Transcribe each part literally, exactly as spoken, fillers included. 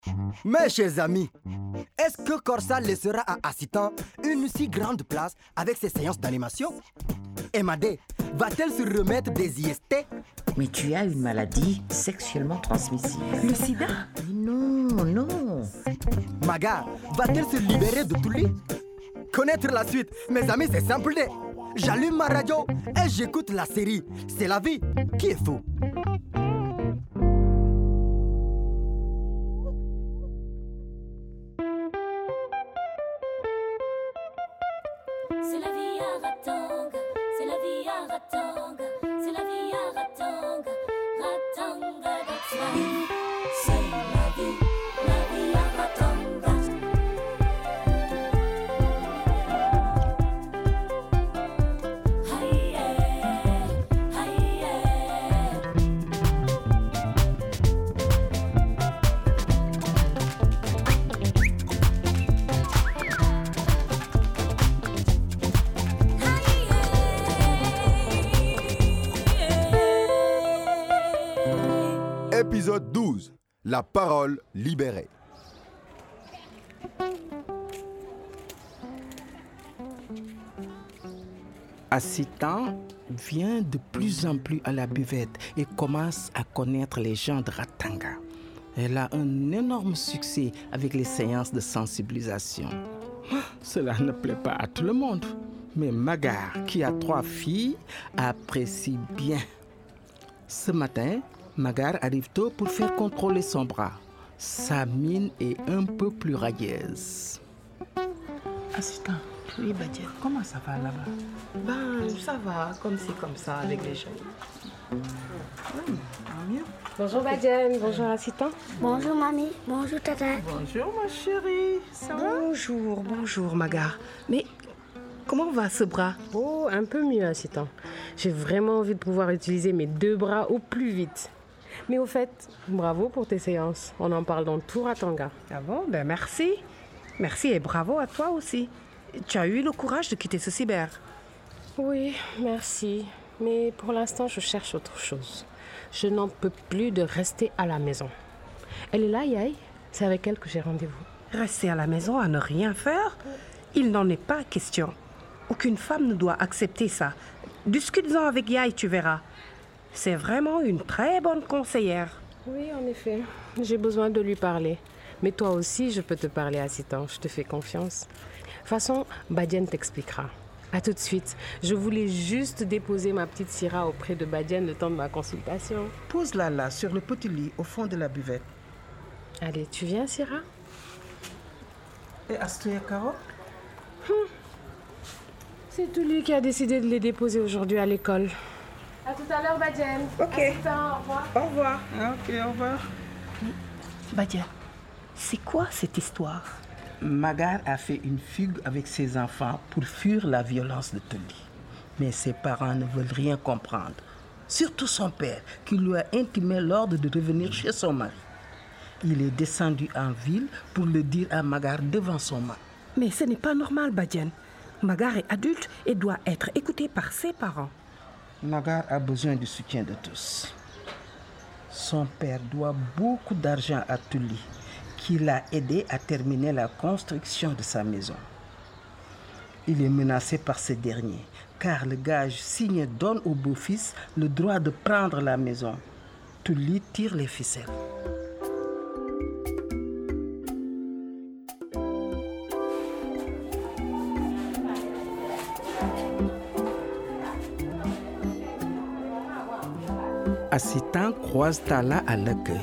Mes chers amis, est-ce que Corsa laissera à Assitan une si grande place avec ses séances d'animation? Emadé, va-t-elle se remettre des I S T? Mais tu as une maladie sexuellement transmissible. Le sida? Non, non. Maga, va-t-elle se libérer de Tully? Connaître la suite, mes amis, c'est simple. J'allume ma radio et j'écoute la série. C'est la vie qui est fou. C'est la vie à Ratanga, c'est la vie à Ratanga, c'est la vie à Ratanga, Ratanga, that's life. C'est la vie, la vie à Ratanga. Aïe, aïe, Épisode douze. La parole libérée. Assitan vient de plus en plus à la buvette et commence à connaître les gens de Ratanga. Elle a un énorme succès avec les séances de sensibilisation. Cela ne plaît pas à tout le monde, mais Magar, qui a trois filles, apprécie bien. Ce matin, Magar arrive tôt pour faire contrôler son bras. Sa mine est un peu plus railleuse. Assistant, oui, Badiane, comment ça va là-bas? Ben, ça va, comme c'est comme ça, avec les gens. Oui, tant mieux. Bonjour Badiane, bonjour Assistant. Bonjour mamie, bonjour tata. Bonjour ma chérie, ça va? Bonjour, bonjour Magar. Mais comment va ce bras? Oh, un peu mieux Assistant. J'ai vraiment envie de pouvoir utiliser mes deux bras au plus vite. Mais au fait, bravo pour tes séances. On en parle dans tout Ratanga. Ah bon? Ben merci. Merci et bravo à toi aussi. Tu as eu le courage de quitter ce cyber. Oui, merci. Mais pour l'instant, je cherche autre chose. Je n'en peux plus de rester à la maison. Elle est là, Yaï. C'est avec elle que j'ai rendez-vous. Rester à la maison à ne rien faire? Il n'en est pas question. Aucune femme ne doit accepter ça. Discute-en avec Yaï, tu verras. C'est vraiment une très bonne conseillère. Oui, en effet. J'ai besoin de lui parler. Mais toi aussi, je peux te parler à Assitan. Je te fais confiance. De toute façon, Badiane t'expliquera. À tout de suite. Je voulais juste déposer ma petite Syrah auprès de Badiane le temps de ma consultation. Pose-la là, sur le petit lit, au fond de la buvette. Allez, tu viens, Syrah? Et Astou et Caro? hum. C'est tout lui qui a décidé de les déposer aujourd'hui à l'école. À tout à l'heure, Badiane. Ok. Assitan, au revoir. Au revoir. Ok, au revoir. Badiane, c'est quoi cette histoire? Magar a fait une fugue avec ses enfants pour fuir la violence de Tully. Mais ses parents ne veulent rien comprendre. Surtout son père, qui lui a intimé l'ordre de revenir chez son mari. Il est descendu en ville pour le dire à Magar devant son mari. Mais ce n'est pas normal, Badiane. Magar est adulte et doit être écouté par ses parents. Magar a besoin du soutien de tous. Son père doit beaucoup d'argent à Tully, qui l'a aidé à terminer la construction de sa maison. Il est menacé par ce dernier, car le gage signé donne au beau-fils le droit de prendre la maison. Tully tire les ficelles. Assitan croise Tala à l'accueil.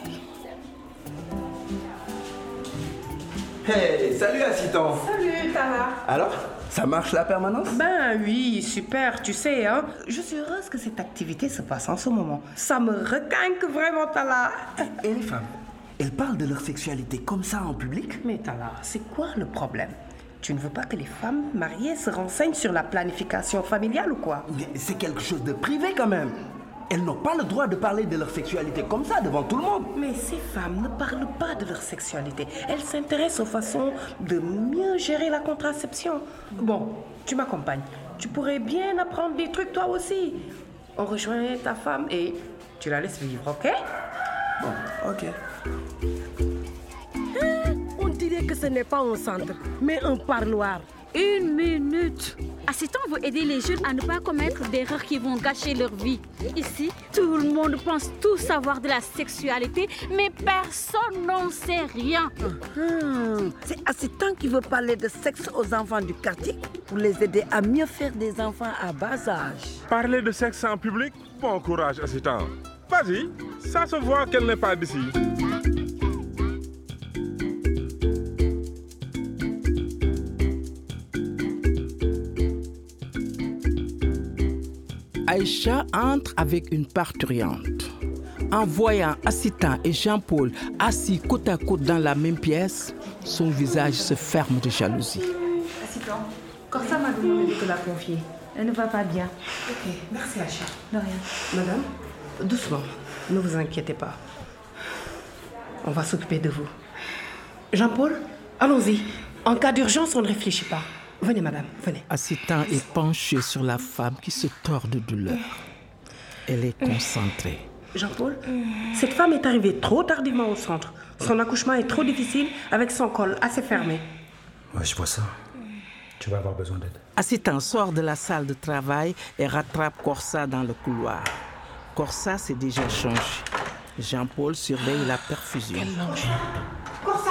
Hey, salut Assitan. Salut, Tala. Alors, ça marche la permanence? Ben oui, super, tu sais, hein. Je suis heureuse que cette activité se passe en ce moment. Ça me requinque vraiment, Tala. Et les femmes, elles parlent de leur sexualité comme ça en public? Mais Tala, c'est quoi le problème? Tu ne veux pas que les femmes mariées se renseignent sur la planification familiale ou quoi? Mais c'est quelque chose de privé quand même. Elles n'ont pas le droit de parler de leur sexualité comme ça devant tout le monde. Mais ces femmes ne parlent pas de leur sexualité. Elles s'intéressent aux façons de mieux gérer la contraception. Bon, tu m'accompagnes. Tu pourrais bien apprendre des trucs toi aussi. On rejoint ta femme et tu la laisses vivre, ok? Bon, ok. dirais que ce n'est pas un centre, mais un parloir. Une minute. Assistant veut aider les jeunes à ne pas commettre d'erreurs qui vont gâcher leur vie. Ici, tout le monde pense tout savoir de la sexualité, mais personne n'en sait rien. Hum, c'est Assistant qui veut parler de sexe aux enfants du quartier pour les aider à mieux faire des enfants à bas âge. Parler de sexe en public? Bon courage, Assistant. Vas-y, ça se voit qu'elle n'est pas d'ici. Aïcha entre avec une parturiente. En voyant Assistant et Jean-Paul assis côte à côte dans la même pièce, son visage se ferme de jalousie. Assistant, Corsa m'a demandé de te la confier. Elle ne va pas bien. Ok, merci Aïcha. De rien. Madame, doucement, ne vous inquiétez pas. On va s'occuper de vous. Jean-Paul, allons-y. En cas d'urgence, on ne réfléchit pas. Venez, madame, venez. Assistant est penché sur la femme qui se tord de douleur. Elle est concentrée. Jean-Paul, cette femme est arrivée trop tardivement au centre. Son accouchement est trop difficile avec son col assez fermé. Ouais, je vois ça. Tu vas avoir besoin d'aide. Assistant sort de la salle de travail et rattrape Corsa dans le couloir. Corsa s'est déjà changé. Jean-Paul surveille la perfusion. Corsa!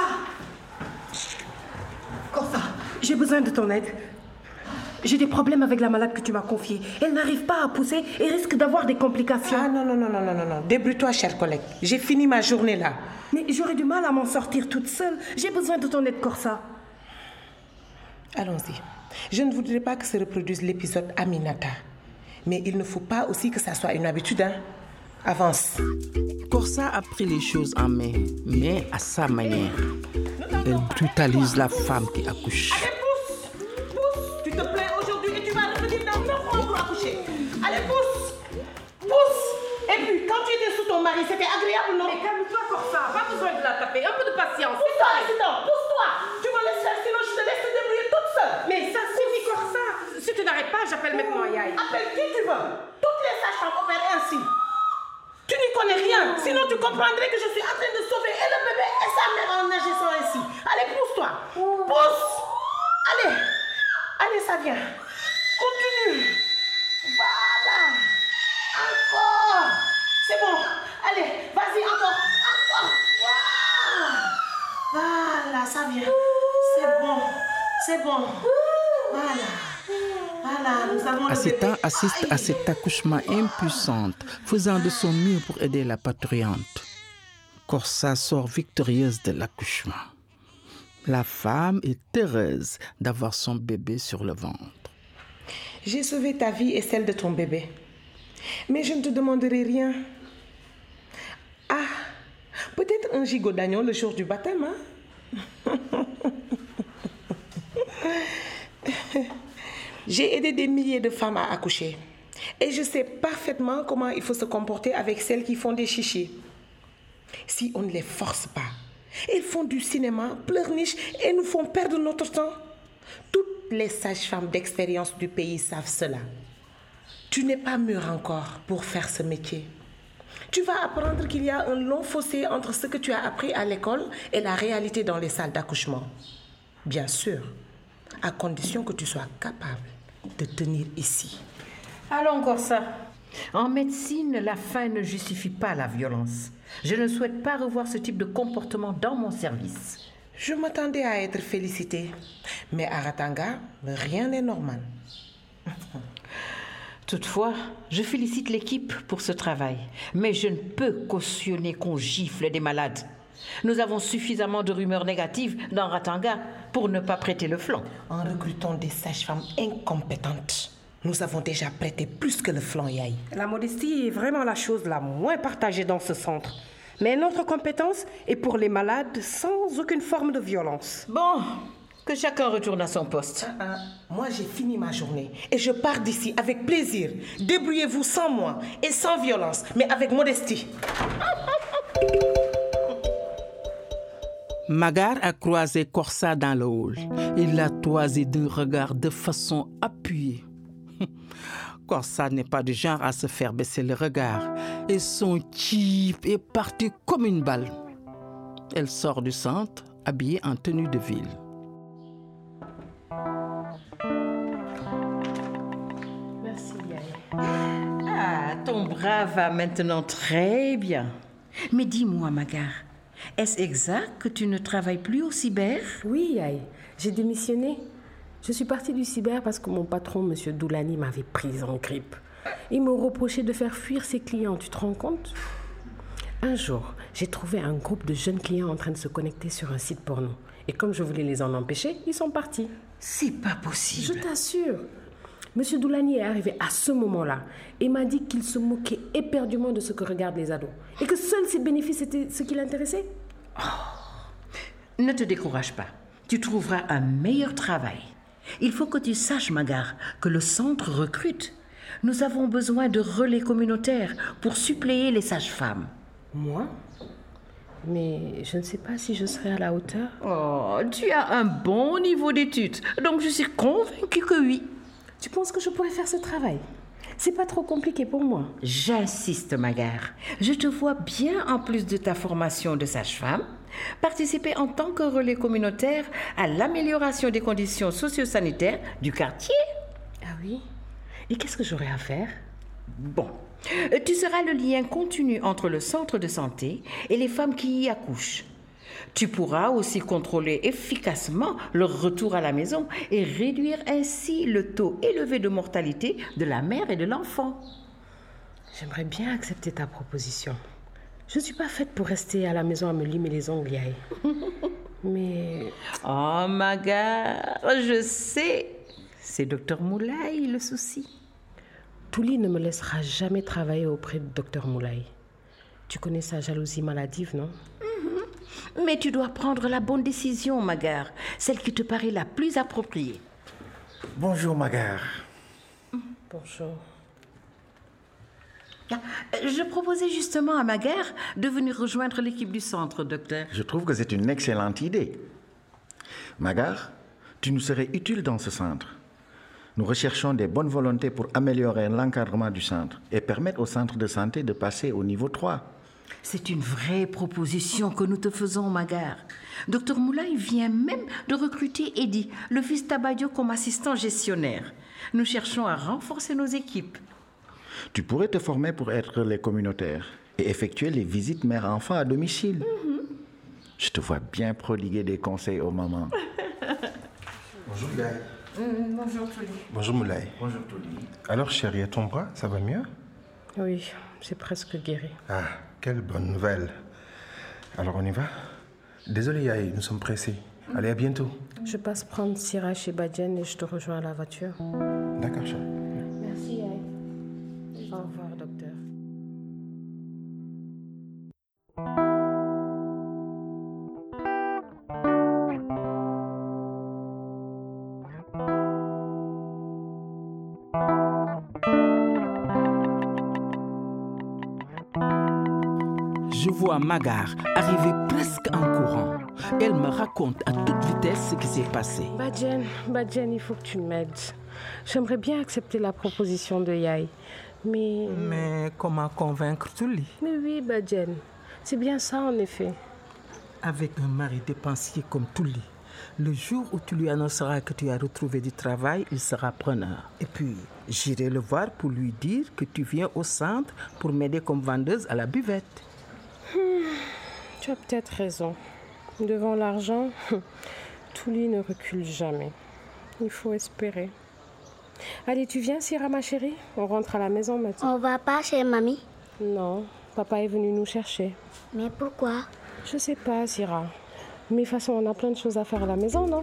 Corsa, j'ai besoin de ton aide. J'ai des problèmes avec la malade que tu m'as confiée. Elle n'arrive pas à pousser et risque d'avoir des complications. Ah non, non, non, non, non, non, non. Débrouille-toi, cher collègue. J'ai fini ma journée là. Mais j'aurais du mal à m'en sortir toute seule. J'ai besoin de ton aide, Corsa. Allons-y. Je ne voudrais pas que se reproduise l'épisode Aminata. Mais il ne faut pas aussi que ça soit une habitude, hein. Avance. Corsa a pris les choses en main, mais à sa manière. Elle brutalise la femme qui accouche. Allez, pousse! Pousse! Tu te plains aujourd'hui et tu vas revenir dans neuf mois pour accoucher. Allez, pousse! Pousse! Et puis, quand tu étais sous ton mari, c'était agréable, non? Mais calme-toi, Corsa. Pas besoin de la taper. Un peu de patience. Pousse-toi, Assistant! Pousse-toi! Tu me laisses faire, sinon je te laisse te débrouiller toute seule. Mais ça suffit, Corsa. Si tu n'arrêtes pas, j'appelle maintenant Yaï. Appelle qui tu veux. Toutes les sages-femmes opèrent ainsi. Tu n'y connais rien, sinon tu comprendrais que je suis en train de sauver et le bébé et sa mère en agissant ainsi. Allez, pousse-toi. Pousse. Allez. Allez, ça vient. Continue. Voilà. Encore. C'est bon. Allez, vas-y, encore. Encore. Voilà. Voilà, ça vient. C'est bon. C'est bon. Voilà. Voilà, nous avons Assistant assiste à cet accouchement impuissante, faisant de son mieux pour aider la parturiente. Corsa sort victorieuse de l'accouchement. La femme est heureuse d'avoir son bébé sur le ventre. J'ai sauvé ta vie et celle de ton bébé. Mais je ne te demanderai rien. Ah, peut-être un gigot d'agneau le jour du baptême, hein? J'ai aidé des milliers de femmes à accoucher. Et je sais parfaitement comment il faut se comporter avec celles qui font des chichis. Si on ne les force pas, elles font du cinéma, pleurnichent et nous font perdre notre temps. Toutes les sages-femmes d'expérience du pays savent cela. Tu n'es pas mûr encore pour faire ce métier. Tu vas apprendre qu'il y a un long fossé entre ce que tu as appris à l'école et la réalité dans les salles d'accouchement. Bien sûr, à condition que tu sois capable de tenir ici. Allons, Corsa. En médecine, la faim ne justifie pas la violence. Je ne souhaite pas revoir ce type de comportement dans mon service. Je m'attendais à être félicitée. Mais à Ratanga, rien n'est normal. Toutefois, je félicite l'équipe pour ce travail. Mais je ne peux cautionner qu'on gifle des malades. Nous avons suffisamment de rumeurs négatives dans Ratanga pour ne pas prêter le flanc. En recrutant des sages-femmes incompétentes, nous avons déjà prêté plus que le flanc, Yaï. La modestie est vraiment la chose la moins partagée dans ce centre. Mais notre compétence est pour les malades sans aucune forme de violence. Bon, que chacun retourne à son poste. Ah, ah. Moi, j'ai fini ma journée et je pars d'ici avec plaisir. Débrouillez-vous sans moi et sans violence, mais avec modestie. Magar a croisé Corsa dans le hall. Il l'a toisé d'un regard de façon appuyée. Corsa n'est pas du genre à se faire baisser le regard et son type est parti comme une balle. Elle sort du centre habillés en tenue de ville. Merci, Yaye. Ah, ton bras va maintenant très bien. Mais dis-moi, Magar, est-ce exact que tu ne travailles plus au cyber? Oui, Yaye, j'ai démissionné. Je suis partie du cyber parce que mon patron, M. Doulani, m'avait prise en grippe. Il me reprochait de faire fuir ses clients, tu te rends compte? Un jour, j'ai trouvé un groupe de jeunes clients en train de se connecter sur un site porno. Et comme je voulais les en empêcher, ils sont partis. C'est pas possible. Je t'assure. M. Doulani est arrivé à ce moment-là et m'a dit qu'il se moquait éperdument de ce que regardent les ados et que seuls ses bénéfices étaient ce qui l'intéressait. Oh. Ne te décourage pas. Tu trouveras un meilleur travail. Il faut que tu saches, Magar, que le centre recrute. Nous avons besoin de relais communautaires pour suppléer les sages-femmes. Moi? Mais je ne sais pas si je serai à la hauteur. Oh, tu as un bon niveau d'études, donc je suis convaincue que oui. Tu penses que je pourrais faire ce travail? C'est pas trop compliqué pour moi. J'insiste, Magar. Je te vois bien, en plus de ta formation de sage-femme, participer en tant que relais communautaire à l'amélioration des conditions socio-sanitaires du quartier. Ah oui? Et qu'est-ce que j'aurai à faire? Bon, tu seras le lien continu entre le centre de santé et les femmes qui y accouchent. Tu pourras aussi contrôler efficacement leur retour à la maison et réduire ainsi le taux élevé de mortalité de la mère et de l'enfant. J'aimerais bien accepter ta proposition. Je ne suis pas faite pour rester à la maison à me limer les ongles, Yaye. Mais... Oh, Magar, je sais. C'est docteur Moulay le souci. Touli ne me laissera jamais travailler auprès de docteur Moulay. Tu connais sa jalousie maladive, non? Mm-hmm. Mais tu dois prendre la bonne décision, Magar. Celle qui te paraît la plus appropriée. Bonjour, Magar. Bonjour. Je proposais justement à Magar de venir rejoindre l'équipe du centre, docteur. Je trouve que c'est une excellente idée. Magar, tu nous serais utile dans ce centre. Nous recherchons des bonnes volontés pour améliorer l'encadrement du centre et permettre au centre de santé de passer au niveau trois. C'est une vraie proposition que nous te faisons, Magar. docteur Moulay vient même de recruter Eddy, le fils Tabadio, comme assistant gestionnaire. Nous cherchons à renforcer nos équipes. Tu pourrais te former pour être les communautaires et effectuer les visites mère-enfant à domicile. Mm-hmm. Je te vois bien prodiguer des conseils aux mamans. Bonjour, Yaye. Mmh, bonjour, Touli. Bonjour, Moulay. Bonjour, Touli. Alors, chérie, ton bras, ça va mieux? Oui, c'est presque guéri. Ah, quelle bonne nouvelle. Alors, on y va? Désolé, Yaye, nous sommes pressés. Mmh. Allez, à bientôt. Je passe prendre Syrah chez Badiane et je te rejoins à la voiture. D'accord, chérie. Merci, Yaye. Au revoir, docteur. Je vois Magar arriver presque en courant. Elle me raconte à toute vitesse ce qui s'est passé. Badiane, Badiane, il faut que tu m'aides. J'aimerais bien accepter la proposition de Yaye, mais... Mais comment convaincre Touli? Mais oui, Badiane, c'est bien ça en effet. Avec un mari dépensier comme Touli, le jour où tu lui annonceras que tu as retrouvé du travail, il sera preneur. Et puis, j'irai le voir pour lui dire que tu viens au centre pour m'aider comme vendeuse à la buvette. Hmm, tu as peut-être raison. Devant l'argent, Touli ne recule jamais. Il faut espérer. Allez, tu viens, Syrah, ma chérie? On rentre à la maison maintenant. On va pas chez mamie? Non, papa est venu nous chercher. Mais pourquoi? Je sais pas, Syrah. Mais de toute façon, on a plein de choses à faire à la maison, non?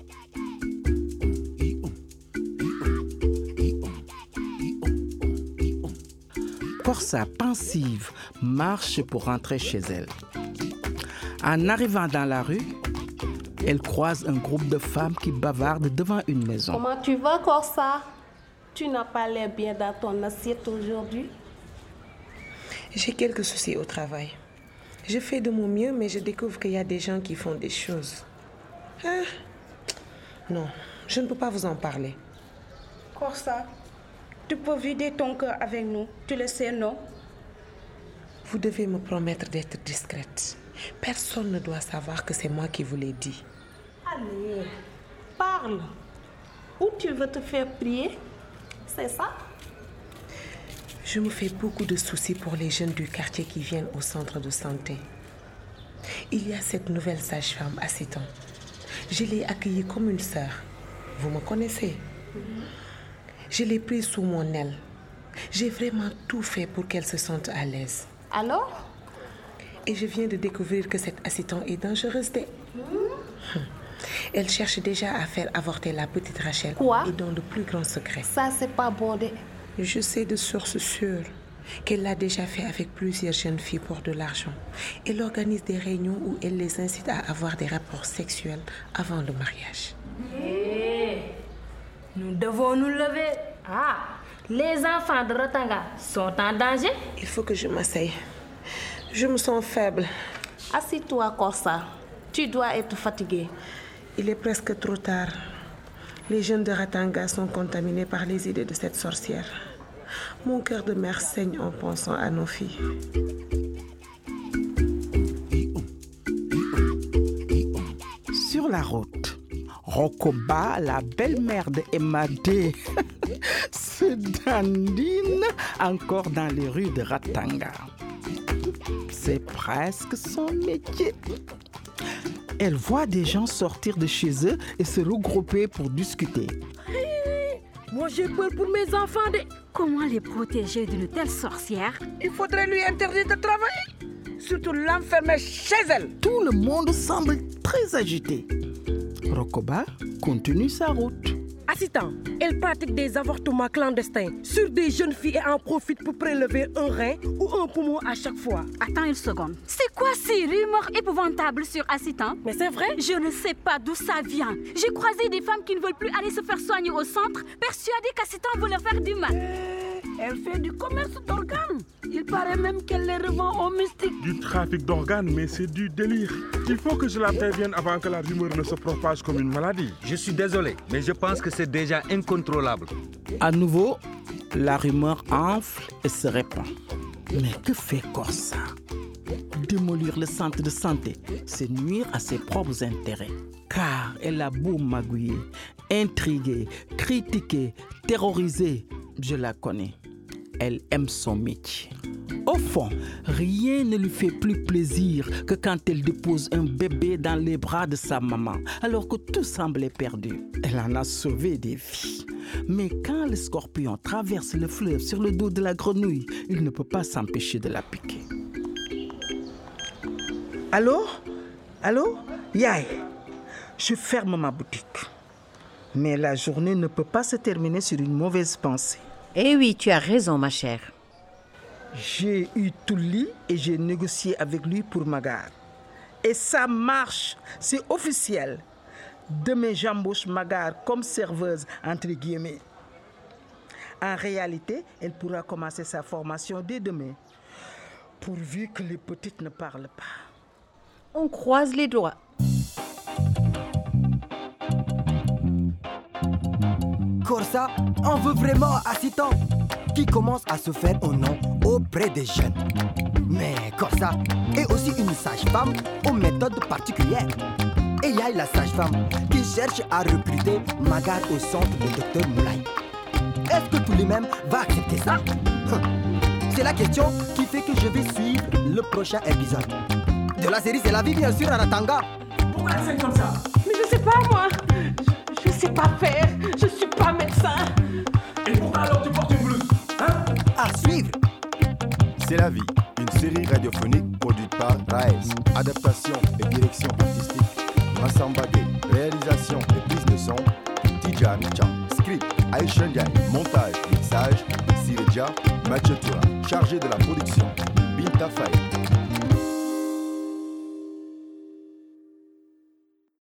Corsa, pensive, marche pour rentrer chez elle. En arrivant dans la rue, elle croise un groupe de femmes qui bavardent devant une maison. Comment tu vas, Corsa? Tu n'as pas l'air bien dans ton assiette aujourd'hui? J'ai quelques soucis au travail. Je fais de mon mieux, mais je découvre qu'il y a des gens qui font des choses. Ah. Non, je ne peux pas vous en parler. Corsa, tu peux vider ton cœur avec nous. Tu le sais, non? Vous devez me promettre d'être discrète. Personne ne doit savoir que c'est moi qui vous l'ai dit. Allez, parle. Ou tu veux te faire prier? C'est ça? Je me fais beaucoup de soucis pour les jeunes du quartier qui viennent au centre de santé. Il y a cette nouvelle sage-femme à sept ans. Je l'ai accueillie comme une sœur. Vous me connaissez? Je l'ai prise sous mon aile. J'ai vraiment tout fait pour qu'elle se sente à l'aise. Alors? Et je viens de découvrir que cette assistante est dangereuse. De... Mmh. Elle cherche déjà à faire avorter la petite Rachel. Quoi? Et dans le plus grand secret. Ça, c'est pas bon. De... Je sais de sources sûres qu'elle l'a déjà fait avec plusieurs jeunes filles pour de l'argent. Elle organise des réunions où elle les incite à avoir des rapports sexuels avant le mariage. Hey, nous devons nous lever. Ah, les enfants de Ratanga sont en danger? Il faut que je m'asseye. Je me sens faible. Assis-toi, Corsa. Tu dois être fatigué. Il est presque trop tard. Les jeunes de Ratanga sont contaminés par les idées de cette sorcière. Mon cœur de mère saigne en pensant à nos filles. Sur la route, Rokoba, la belle-mère de Emadé, se dandine encore dans les rues de Ratanga. C'est presque son métier. Elle voit des gens sortir de chez eux et se regrouper pour discuter. Hey, moi j'ai peur pour mes enfants. De... Comment les protéger d'une telle sorcière? Il faudrait lui interdire de travailler. Surtout l'enfermer chez elle. Tout le monde semble très agité. Rokoba continue sa route. Assistant, elle pratique des avortements clandestins sur des jeunes filles et en profite pour prélever un rein ou un poumon à chaque fois. Attends une seconde. C'est quoi ces rumeurs épouvantables sur Assistant? Mais c'est vrai. Je ne sais pas d'où ça vient. J'ai croisé des femmes qui ne veulent plus aller se faire soigner au centre, persuadées qu'Assistant veut leur faire du mal. Euh, elle fait du commerce d'organes. Il paraît même qu'elle les revend aux mystiques. Du trafic d'organes, mais c'est du délire. Il faut que je la prévienne avant que la rumeur ne se propage comme une maladie. Je suis désolé, mais je pense que c'est déjà incontrôlable. À nouveau, la rumeur enfle et se répand. Mais que fait Corsa? Démolir le centre de santé, c'est nuire à ses propres intérêts. Car elle a beau magouiller, intriguer, critiquer, terroriser, je la connais. Elle aime son métier. Au fond, rien ne lui fait plus plaisir que quand elle dépose un bébé dans les bras de sa maman, alors que tout semblait perdu. Elle en a sauvé des vies. Mais quand le scorpion traverse le fleuve sur le dos de la grenouille, il ne peut pas s'empêcher de la piquer. Allô? Allô? Yaï, je ferme ma boutique. Mais la journée ne peut pas se terminer sur une mauvaise pensée. Eh oui, tu as raison, ma chère. J'ai eu Touli et j'ai négocié avec lui pour Magar. Et ça marche, c'est officiel. Demain, j'embauche Magar comme serveuse, entre guillemets. En réalité, elle pourra commencer sa formation dès demain, pourvu que les petites ne parlent pas. On croise les doigts. Corsa en veut vraiment à Assistant, qui commence à se faire un nom auprès des jeunes. Mais Corsa est aussi une sage-femme aux méthodes particulières. Et il y a la sage-femme qui cherche à recruter Magar au centre de docteur Moulay. Est-ce que tous les mêmes va accepter ça? C'est la question qui fait que je vais suivre le prochain épisode de la série C'est la vie, bien sûr, à Ratanga. Pourquoi elle fait comme ça? Mais je sais pas, moi. Je, je sais pas faire. Je suis pas médecin. Et pourquoi alors tu portes une blouse? Hein? À suivre. C'est la vie, une série radiophonique produite par Raes. Adaptation et direction artistique, Massambagé. Réalisation et prise de son, Tijan Chan. Script, Aïcha Ndiaye. Montage, mixage, Sireja Machotura. Chargé de la production, Binta Faye.